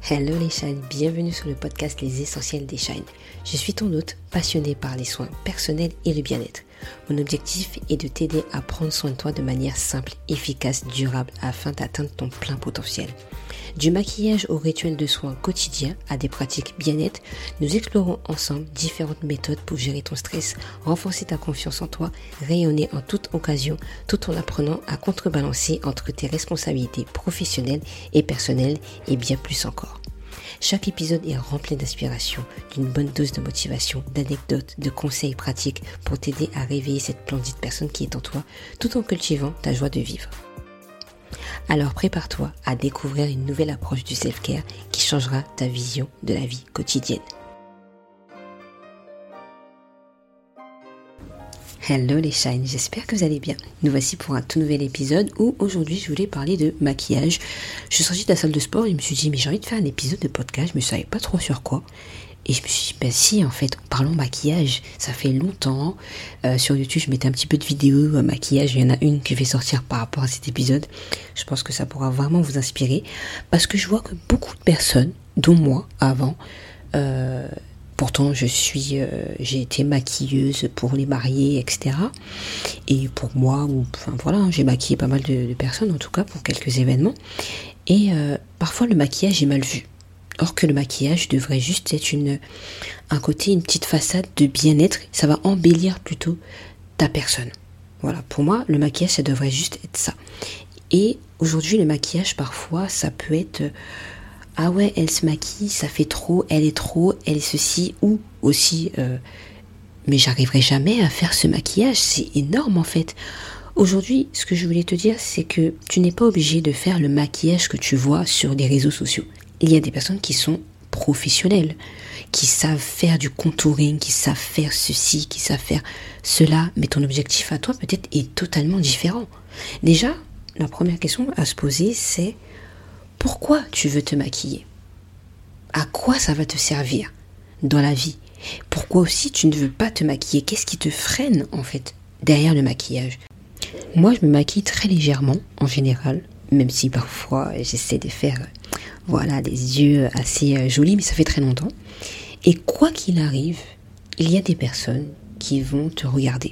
Hello les Shine, bienvenue sur le podcast Les Essentiels des Shine. Je suis ton hôte, passionné par les soins personnels et le bien-être. Mon objectif est de t'aider à prendre soin de toi de manière simple, efficace, durable afin d'atteindre ton plein potentiel. Du maquillage au rituel de soins quotidiens à des pratiques bien-être, nous explorons ensemble différentes méthodes pour gérer ton stress, renforcer ta confiance en toi, rayonner en toute occasion, tout en apprenant à contrebalancer entre tes responsabilités professionnelles et personnelles et bien plus encore. Chaque épisode est rempli d'inspiration, d'une bonne dose de motivation, d'anecdotes, de conseils pratiques pour t'aider à réveiller cette splendide personne qui est en toi, tout en cultivant ta joie de vivre. Alors prépare-toi à découvrir une nouvelle approche du self-care qui changera ta vision de la vie quotidienne. Hello les Shine, j'espère que vous allez bien. Nous voici pour un tout nouvel épisode où aujourd'hui je voulais parler de maquillage. Je suis sortie de la salle de sport et je me suis dit mais j'ai envie de faire un épisode de podcast, je ne savais pas trop sur quoi. Et je me suis dit, si, en fait, parlons maquillage, ça fait longtemps. Sur YouTube, je mettais un petit peu de vidéos maquillage. Il y en a une que je vais sortir par rapport à cet épisode. Je pense que ça pourra vraiment vous inspirer. Parce que je vois que beaucoup de personnes, dont moi, avant, pourtant j'ai été maquilleuse pour les mariés, etc. Et pour moi, j'ai maquillé pas mal de personnes, en tout cas, pour quelques événements. Et parfois, le maquillage est mal vu. Or que le maquillage devrait juste être une petite façade de bien-être. Ça va embellir plutôt ta personne. Voilà, pour moi, le maquillage, ça devrait juste être ça. Et aujourd'hui, le maquillage, parfois, ça peut être... ah ouais, elle se maquille, ça fait trop, elle est ceci, ou aussi... mais j'arriverai jamais à faire ce maquillage, c'est énorme en fait. Aujourd'hui, ce que je voulais te dire, c'est que tu n'es pas obligé de faire le maquillage que tu vois sur les réseaux sociaux. Il y a des personnes qui sont professionnelles, qui savent faire du contouring, qui savent faire ceci, qui savent faire cela, mais ton objectif à toi peut-être est totalement différent. Déjà, la première question à se poser, c'est pourquoi tu veux te maquiller? À quoi ça va te servir dans la vie? Pourquoi aussi tu ne veux pas te maquiller? Qu'est-ce qui te freine en fait derrière le maquillage? Moi, je me maquille très légèrement en général, même si parfois j'essaie de faire des yeux assez jolis, mais ça fait très longtemps. Et quoi qu'il arrive, il y a des personnes qui vont te regarder.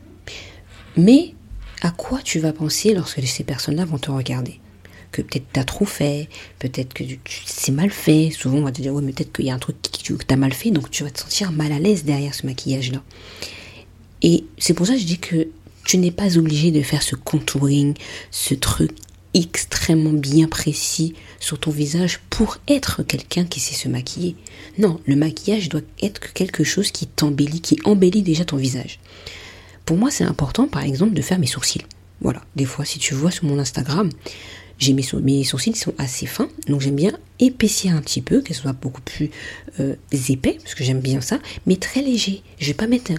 Mais à quoi tu vas penser lorsque ces personnes-là vont te regarder? Que peut-être tu as trop fait, peut-être que c'est mal fait. Souvent, on va te dire, mais peut-être qu'il y a un truc que tu as mal fait, donc tu vas te sentir mal à l'aise derrière ce maquillage-là. Et c'est pour ça que je dis que tu n'es pas obligé de faire ce contouring, ce truc extrêmement bien précis sur ton visage pour être quelqu'un qui sait se maquiller. Non, le maquillage doit être quelque chose qui t'embellit, qui embellit déjà ton visage. Pour moi, c'est important, par exemple, de faire mes sourcils. Voilà, des fois, si tu vois sur mon Instagram, mes sourcils sont assez fins, donc j'aime bien épaissir un petit peu, qu'elles soient beaucoup plus épais, parce que j'aime bien ça, mais très léger. Je vais pas mettre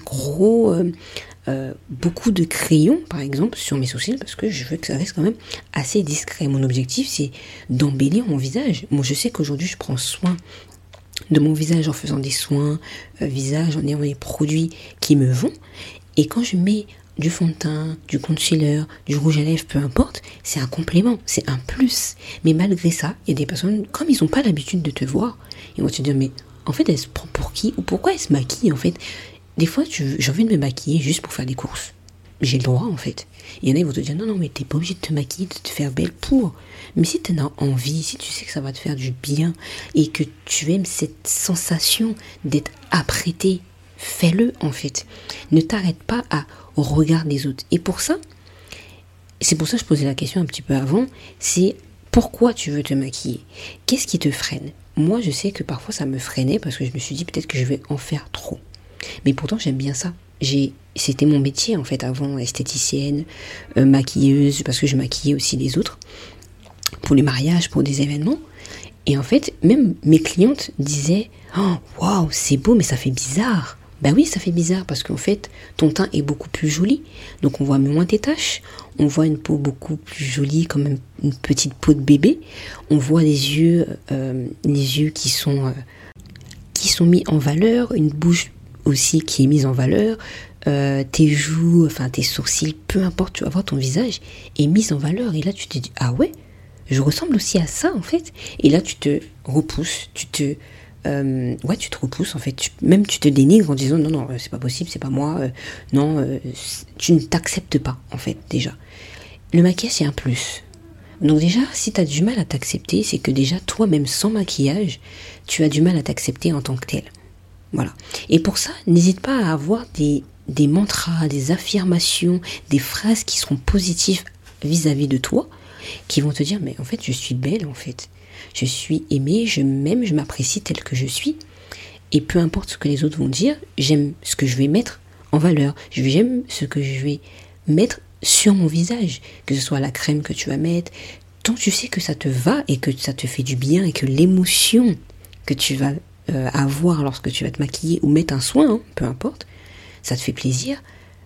beaucoup de crayons, par exemple, sur mes sourcils, parce que je veux que ça reste quand même assez discret. Mon objectif, c'est d'embellir mon visage. Moi, je sais qu'aujourd'hui, je prends soin de mon visage en faisant des soins visage, en ayant des produits qui me vont. Et quand je mets du fond de teint, du concealer, du rouge à lèvres, peu importe, c'est un complément, c'est un plus. Mais malgré ça, il y a des personnes, comme ils n'ont pas l'habitude de te voir, ils vont te dire, mais en fait, elle se prend pour qui? Ou pourquoi elle se maquille, en fait? Des fois, j'ai envie de me maquiller juste pour faire des courses. J'ai le droit, en fait. Il y en a, ils vont te dire, non, mais t'es pas obligé de te maquiller, de te faire belle pour. Mais si t'en as envie, si tu sais que ça va te faire du bien, et que tu aimes cette sensation d'être apprêté, fais-le, en fait. Ne t'arrête pas à regarder les autres. Et pour ça, c'est pour ça que je posais la question un petit peu avant, c'est pourquoi tu veux te maquiller? Qu'est-ce qui te freine? Moi, je sais que parfois, ça me freinait parce que je me suis dit peut-être que je vais en faire trop. Mais pourtant, j'aime bien ça. C'était mon métier, en fait, avant, esthéticienne, maquilleuse, parce que je maquillais aussi les autres, pour les mariages, pour des événements. Et en fait, même mes clientes disaient « Oh, waouh, c'est beau, mais ça fait bizarre !» Ben oui, ça fait bizarre, parce qu'en fait, ton teint est beaucoup plus joli. Donc, on voit moins tes taches. On voit une peau beaucoup plus jolie, comme une petite peau de bébé. On voit les yeux qui sont mis en valeur, une bouche aussi qui est mise en valeur, tes joues, tes sourcils, peu importe, tu vas voir ton visage est mis en valeur. Et là, tu te dis, ah ouais, je ressemble aussi à ça en fait. Et là tu te repousses, tu te repousses en fait, tu te dénigres en disant non, c'est pas possible, c'est pas moi, tu ne t'acceptes pas en fait déjà. Le maquillage c'est un plus. Donc déjà, si tu as du mal à t'accepter, c'est que déjà toi-même sans maquillage, tu as du mal à t'accepter en tant que tel. Voilà. Et pour ça, n'hésite pas à avoir des mantras, des affirmations, des phrases qui seront positives vis-à-vis de toi, qui vont te dire, mais en fait, je suis belle, en fait. Je suis aimée, je m'aime, je m'apprécie telle que je suis. Et peu importe ce que les autres vont dire, j'aime ce que je vais mettre en valeur. J'aime ce que je vais mettre sur mon visage, que ce soit la crème que tu vas mettre, tant tu sais que ça te va et que ça te fait du bien et que l'émotion que tu vas avoir lorsque tu vas te maquiller ou mettre un soin, peu importe, ça te fait plaisir,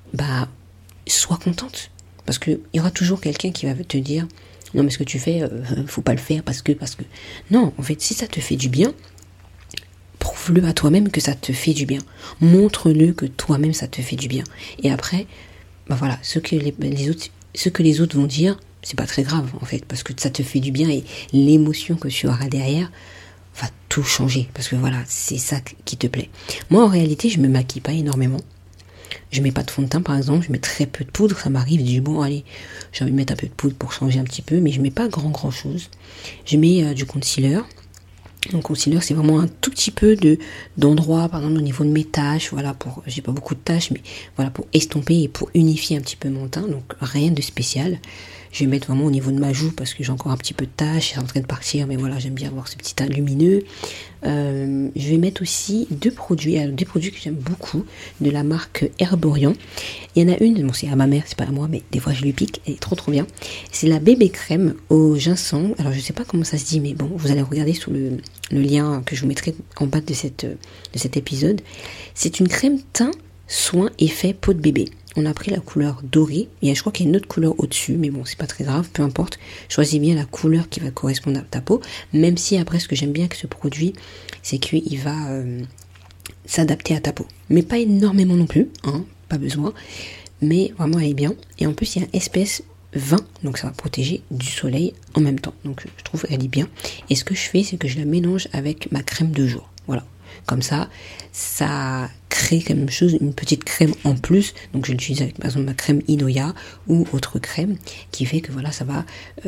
sois contente. Parce qu'il y aura toujours quelqu'un qui va te dire non mais ce que tu fais, faut pas le faire parce que... Non, en fait, si ça te fait du bien, prouve-le à toi-même que ça te fait du bien. Montre-le que toi-même ça te fait du bien. Et après, voilà, ce que les autres vont dire, c'est pas très grave en fait, parce que ça te fait du bien et l'émotion que tu auras derrière va tout changer, parce que voilà, c'est ça qui te plaît. Moi en réalité, je me maquille pas énormément. Je mets pas de fond de teint par exemple, je mets très peu de poudre, ça m'arrive, je dis bon allez, j'ai envie de mettre un peu de poudre pour changer un petit peu, mais je mets pas grand chose. Je mets du concealer. Donc concealer, c'est vraiment un tout petit peu d'endroit, par exemple au niveau de mes taches, voilà, j'ai pas beaucoup de taches, mais voilà, pour estomper et pour unifier un petit peu mon teint, donc rien de spécial. Je vais mettre vraiment au niveau de ma joue parce que j'ai encore un petit peu de taches, c'est en train de partir, mais voilà, j'aime bien avoir ce petit teint lumineux. Je vais mettre aussi des produits que j'aime beaucoup, de la marque Herborian. Il y en a une, bon c'est à ma mère, c'est pas à moi, mais des fois je lui pique, elle est trop bien. C'est la bébé crème au ginseng. Alors je sais pas comment ça se dit, mais bon, vous allez regarder sous le lien que je vous mettrai en bas de cet épisode. C'est une crème teint, soin, effet, peau de bébé. On a pris la couleur dorée, je crois qu'il y a une autre couleur au-dessus, mais bon, c'est pas très grave, peu importe. Choisis bien la couleur qui va correspondre à ta peau, même si après, ce que j'aime bien avec ce produit, c'est qu'il va s'adapter à ta peau. Mais pas énormément non plus, pas besoin, mais vraiment elle est bien. Et en plus, il y a un espèce 20, donc ça va protéger du soleil en même temps. Donc je trouve qu'elle est bien. Et ce que je fais, c'est que je la mélange avec ma crème de jour. Voilà. Comme ça crée quelque chose, une petite crème en plus. Donc je l'utilise avec par exemple ma crème Inoya ou autre crème qui fait que voilà, ça va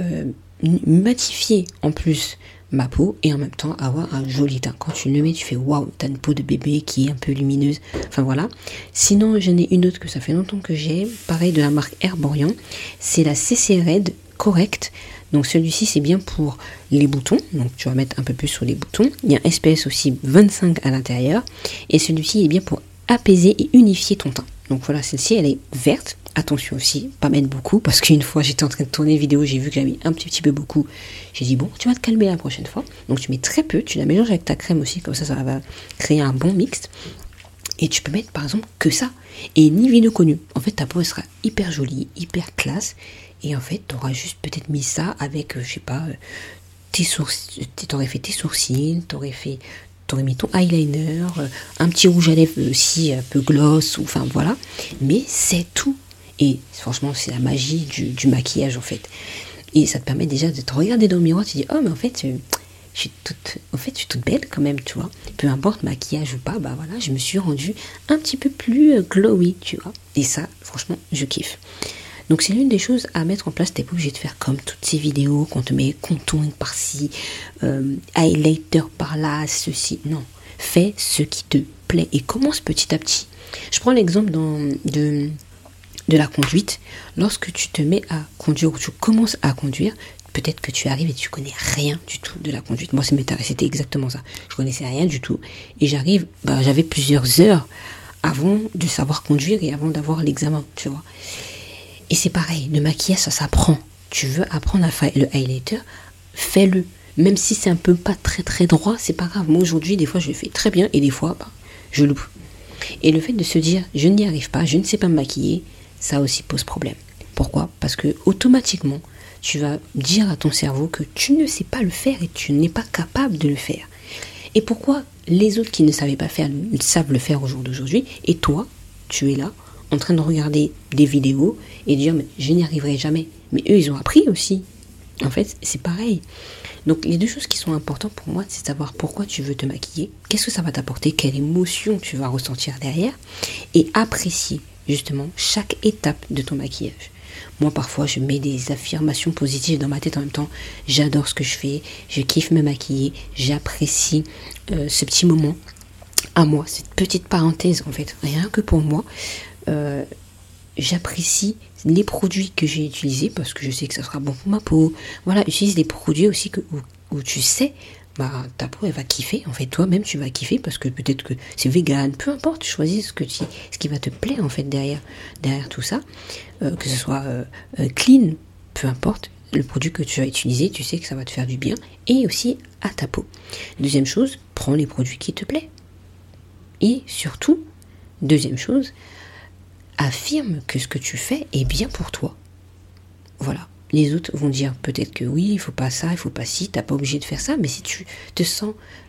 matifier en plus ma peau et en même temps avoir un joli teint. Quand tu le mets, tu fais waouh, t'as une peau de bébé qui est un peu lumineuse. Enfin voilà. Sinon, j'en ai une autre que ça fait longtemps que j'ai, pareil de la marque Herborian. C'est la CC Red Correct. Donc celui-ci c'est bien pour les boutons, donc tu vas mettre un peu plus sur les boutons. Il y a un SPF aussi 25 à l'intérieur et celui-ci est bien pour apaiser et unifier ton teint. Donc voilà, celle-ci elle est verte. Attention aussi, pas mettre beaucoup parce qu'une fois j'étais en train de tourner une vidéo, j'ai vu que j'avais mis un petit peu beaucoup. J'ai dit bon, tu vas te calmer la prochaine fois. Donc tu mets très peu, tu la mélanges avec ta crème aussi, comme ça va créer un bon mix. Et tu peux mettre par exemple que ça et ni vidéo connue. En fait ta peau elle sera hyper jolie, hyper classe. Et en fait, tu auras juste peut-être mis ça avec, je sais pas, tes sourcils, t'aurais fait tes sourcils, t'aurais mis ton eyeliner, un petit rouge à lèvres aussi, un peu gloss, enfin voilà. Mais c'est tout. Et franchement, c'est la magie du maquillage en fait. Et ça te permet déjà de te regarder dans le miroir, tu te dis, oh mais en fait, je suis toute belle quand même, tu vois. Peu importe maquillage ou pas, voilà, je me suis rendue un petit peu plus glowy, tu vois. Et ça, franchement, je kiffe. Donc c'est l'une des choses à mettre en place. T'es pas obligé de faire comme toutes ces vidéos qu'on te met contouring par-ci, highlighter par-là, ceci. Non, fais ce qui te plaît et commence petit à petit. Je prends l'exemple de la conduite. Lorsque tu te mets à conduire ou tu commences à conduire, peut-être que tu arrives et tu connais rien du tout de la conduite. Moi c'était exactement ça. Je connaissais rien du tout et j'arrive, j'avais plusieurs heures avant de savoir conduire et avant d'avoir l'examen, tu vois. Et c'est pareil, le maquillage, ça s'apprend. Tu veux apprendre à faire le highlighter, fais-le. Même si c'est un peu pas très très droit, c'est pas grave. Moi aujourd'hui, des fois je le fais très bien et des fois, je loupe. Et le fait de se dire, je n'y arrive pas, je ne sais pas me maquiller, ça aussi pose problème. Pourquoi ? Parce que automatiquement, tu vas dire à ton cerveau que tu ne sais pas le faire et tu n'es pas capable de le faire. Et pourquoi les autres qui ne savaient pas faire savent le faire au jour d'aujourd'hui et toi, tu es là en train de regarder des vidéos et de dire mais je n'y arriverai jamais. Mais eux ils ont appris aussi. En fait, c'est pareil. Donc les deux choses qui sont importantes pour moi, c'est de savoir pourquoi tu veux te maquiller, qu'est-ce que ça va t'apporter, quelle émotion tu vas ressentir derrière, et apprécier justement chaque étape de ton maquillage. Moi, parfois, je mets des affirmations positives dans ma tête en même temps. J'adore ce que je fais, je kiffe me maquiller, j'apprécie ce petit moment à moi, cette petite parenthèse en fait, rien que pour moi. J'apprécie les produits que j'ai utilisés parce que je sais que ça sera bon pour ma peau. Voilà, utilise des produits aussi où tu sais, ta peau elle va kiffer. En fait, toi-même tu vas kiffer parce que peut-être que c'est vegan, peu importe, choisis ce qui va te plaire en fait derrière tout ça. Que ce soit clean, peu importe. Le produit que tu vas utiliser, tu sais que ça va te faire du bien et aussi à ta peau. Deuxième chose, prends les produits qui te plaisent. Et surtout, deuxième chose, affirme que ce que tu fais est bien pour toi. Voilà. Les autres vont dire peut-être que oui, il faut pas ça, il faut pas ci, t'as pas obligé de faire ça, mais si tu te sens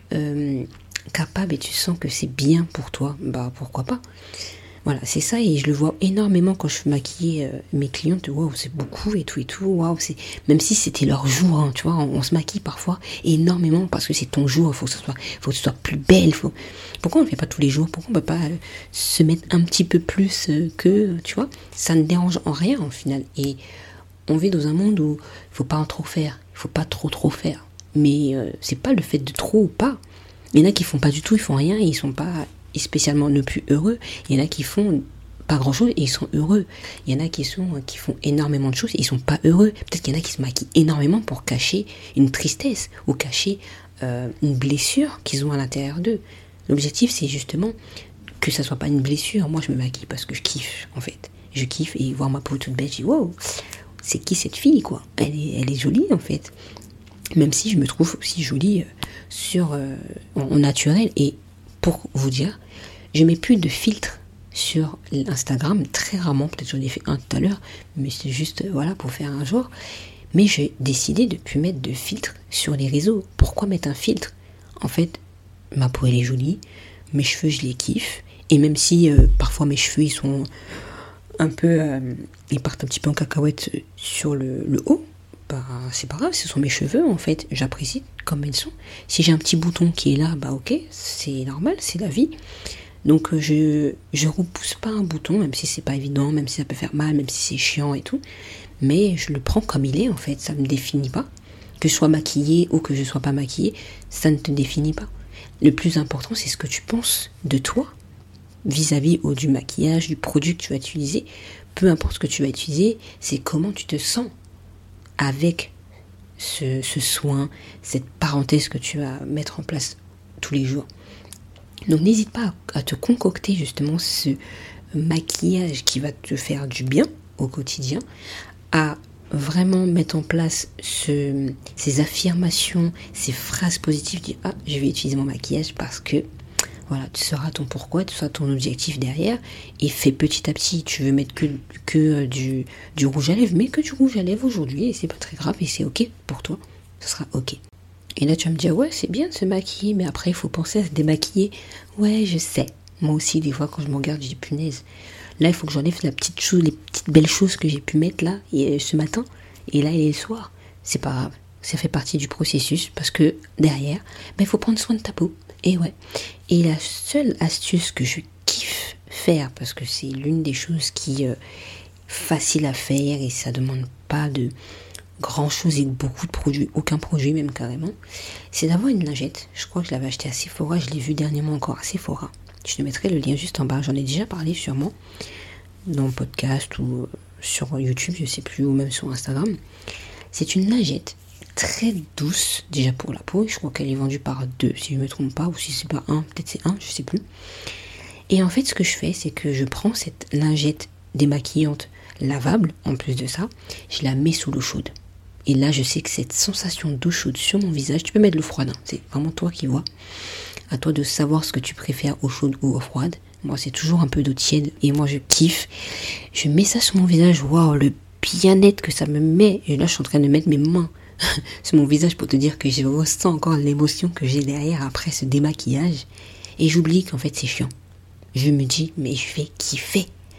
capable et tu sens que c'est bien pour toi, pourquoi pas. Voilà, c'est ça, et je le vois énormément quand je maquille mes clientes. Waouh, c'est beaucoup et tout, waouh, c'est... Même si c'était leur jour, hein, tu vois, on se maquille parfois énormément parce que c'est ton jour, faut que tu sois plus belle, Pourquoi on le fait pas tous les jours? Pourquoi on peut pas se mettre un petit peu plus que, tu vois? Ça ne dérange en rien, au final. Et on vit dans un monde où il faut pas en trop faire, il faut pas trop faire. Mais c'est pas le fait de trop ou pas. Il y en a qui font pas du tout, ils font rien, et ils sont pas... et spécialement ne plus heureux. Il y en a qui font pas grand chose et ils sont heureux. Il y en a qui font énormément de choses et ils sont pas heureux. Peut-être qu'il y en a qui se maquillent énormément pour cacher une tristesse ou cacher une blessure qu'ils ont à l'intérieur d'eux. L'objectif, c'est justement que ça soit pas une blessure. Moi, je me maquille parce que je kiffe, en fait. Je kiffe et voir ma peau toute belle, je dis wow, c'est qui cette fille, quoi? Elle est jolie, en fait. Même si je me trouve aussi jolie en naturel. Et pour vous dire, je mets plus de filtres sur Instagram, très rarement, peut-être j'en ai fait un tout à l'heure, mais c'est juste pour faire un jour. Mais j'ai décidé de ne plus mettre de filtres sur les réseaux. Pourquoi mettre un filtre? En fait, ma peau elle est jolie, mes cheveux je les kiffe, et même si parfois mes cheveux ils sont un peu, ils partent un petit peu en cacahuète sur le haut, c'est pas grave, ce sont mes cheveux en fait, j'apprécie comme ils sont. Si j'ai un petit bouton qui est là, ok, c'est normal, c'est la vie. Donc je repousse pas un bouton, même si c'est pas évident, même si ça peut faire mal, même si c'est chiant et tout, mais je le prends comme il est en fait, ça me définit pas. Que je sois maquillée ou que je sois pas maquillée, ça ne te définit pas. Le plus important, c'est ce que tu penses de toi vis-à-vis du maquillage, du produit que tu vas utiliser. Peu importe ce que tu vas utiliser, c'est comment tu te sens avec ce soin, cette parenthèse que tu vas mettre en place tous les jours. Donc n'hésite pas à te concocter justement ce maquillage qui va te faire du bien au quotidien, à vraiment mettre en place ces affirmations, ces phrases positives, dire je vais utiliser mon maquillage parce que voilà, tu sauras ton pourquoi, tu sauras ton objectif derrière, et fais petit à petit. Tu veux mettre que du rouge à lèvres, mets que du rouge à lèvres aujourd'hui, et c'est pas très grave, et c'est ok pour toi, ce sera ok. Et là tu vas me dire, ouais c'est bien de se maquiller, mais après il faut penser à se démaquiller. Ouais je sais, moi aussi des fois quand je me regarde je dis punaise, là il faut que j'enlève les petites belles choses que j'ai pu mettre là ce matin, et là il est le soir, c'est pas grave, ça fait partie du processus, parce que derrière, il faut prendre soin de ta peau. Et ouais. Et la seule astuce que je kiffe faire, parce que c'est l'une des choses qui est facile à faire et ça demande pas de grand chose et beaucoup de produits, aucun produit même carrément, c'est d'avoir une lingette. Je crois que je l'avais acheté à Sephora, je l'ai vu dernièrement encore à Sephora. Je te mettrai le lien juste en bas, j'en ai déjà parlé sûrement dans le podcast ou sur YouTube, je sais plus, ou même sur Instagram. C'est une lingette très douce déjà pour la peau, je crois qu'elle est vendue par 2 si je me trompe pas, ou si c'est pas 1, peut-être c'est 1, je sais plus. Et en fait ce que je fais, c'est que je prends cette lingette démaquillante lavable, en plus de ça, je la mets sous l'eau chaude. Et là je sais que cette sensation d'eau chaude sur mon visage, tu peux mettre l'eau froide, hein, c'est vraiment toi qui vois, à toi de savoir ce que tu préfères, eau chaude ou eau froide. Moi c'est toujours un peu d'eau tiède et moi je kiffe, je mets ça sur mon visage, waouh, le bien-être que ça me met. Et là je suis en train de mettre mes mains sur mon visage pour te dire que je ressens encore l'émotion que j'ai derrière après ce démaquillage, et j'oublie qu'en fait c'est chiant. Je me dis mais je vais kiffer,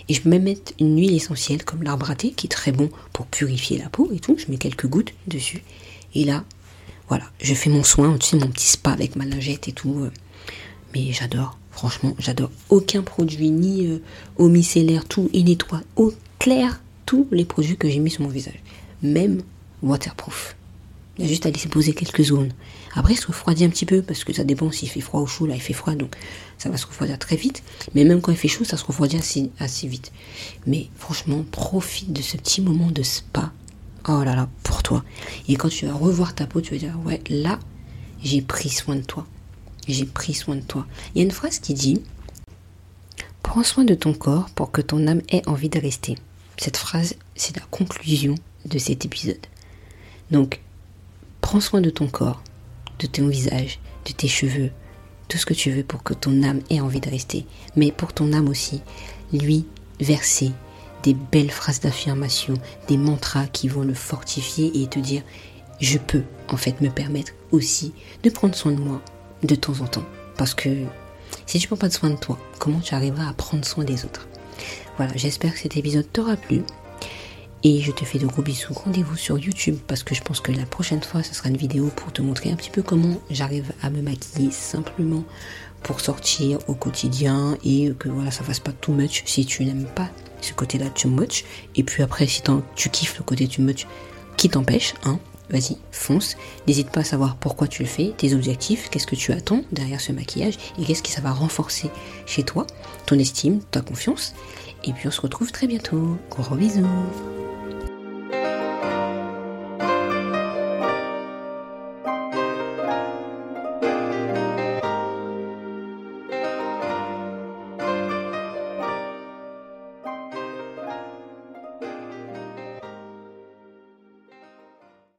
Et je peux même mettre une huile essentielle comme l'arbre à thé qui est très bon pour purifier la peau et tout. Je mets quelques gouttes dessus. Et là, voilà, je fais mon soin, tu sais, mon petit spa avec ma lingette et tout. Mais j'adore, franchement, j'adore. Aucun produit, ni eau micellaire, tout, il nettoie, eau claire, tous les produits que j'ai mis sur mon visage. Même waterproof. Il y a juste à laisser poser quelques zones. Après, il se refroidit un petit peu, parce que ça dépend s'il fait froid ou chaud. Là, il fait froid, donc ça va se refroidir très vite. Mais même quand il fait chaud, ça se refroidit assez vite. Mais franchement, profite de ce petit moment de spa. Oh là là, pour toi. Et quand tu vas revoir ta peau, tu vas dire, ouais, là, j'ai pris soin de toi. J'ai pris soin de toi. Il y a une phrase qui dit, prends soin de ton corps pour que ton âme ait envie de rester. Cette phrase, c'est la conclusion de cet épisode. Donc, prends soin de ton corps, de ton visage, de tes cheveux, tout ce que tu veux pour que ton âme ait envie de rester. Mais pour ton âme aussi, lui verser des belles phrases d'affirmation, des mantras qui vont le fortifier et te dire « Je peux en fait me permettre aussi de prendre soin de moi de temps en temps. » Parce que si tu ne prends pas soin de toi, comment tu arriveras à prendre soin des autres? Voilà, j'espère que cet épisode t'aura plu. Et je te fais de gros bisous. Rendez-vous sur YouTube parce que je pense que la prochaine fois, ce sera une vidéo pour te montrer un petit peu comment j'arrive à me maquiller simplement pour sortir au quotidien et que voilà, ça fasse pas too much si tu n'aimes pas ce côté-là too much. Et puis après, si tu kiffes le côté too much, qui t'empêche, hein, vas-y, fonce. N'hésite pas à savoir pourquoi tu le fais, tes objectifs, qu'est-ce que tu attends derrière ce maquillage et qu'est-ce que ça va renforcer chez toi, ton estime, ta confiance. Et puis on se retrouve très bientôt. Gros bisous.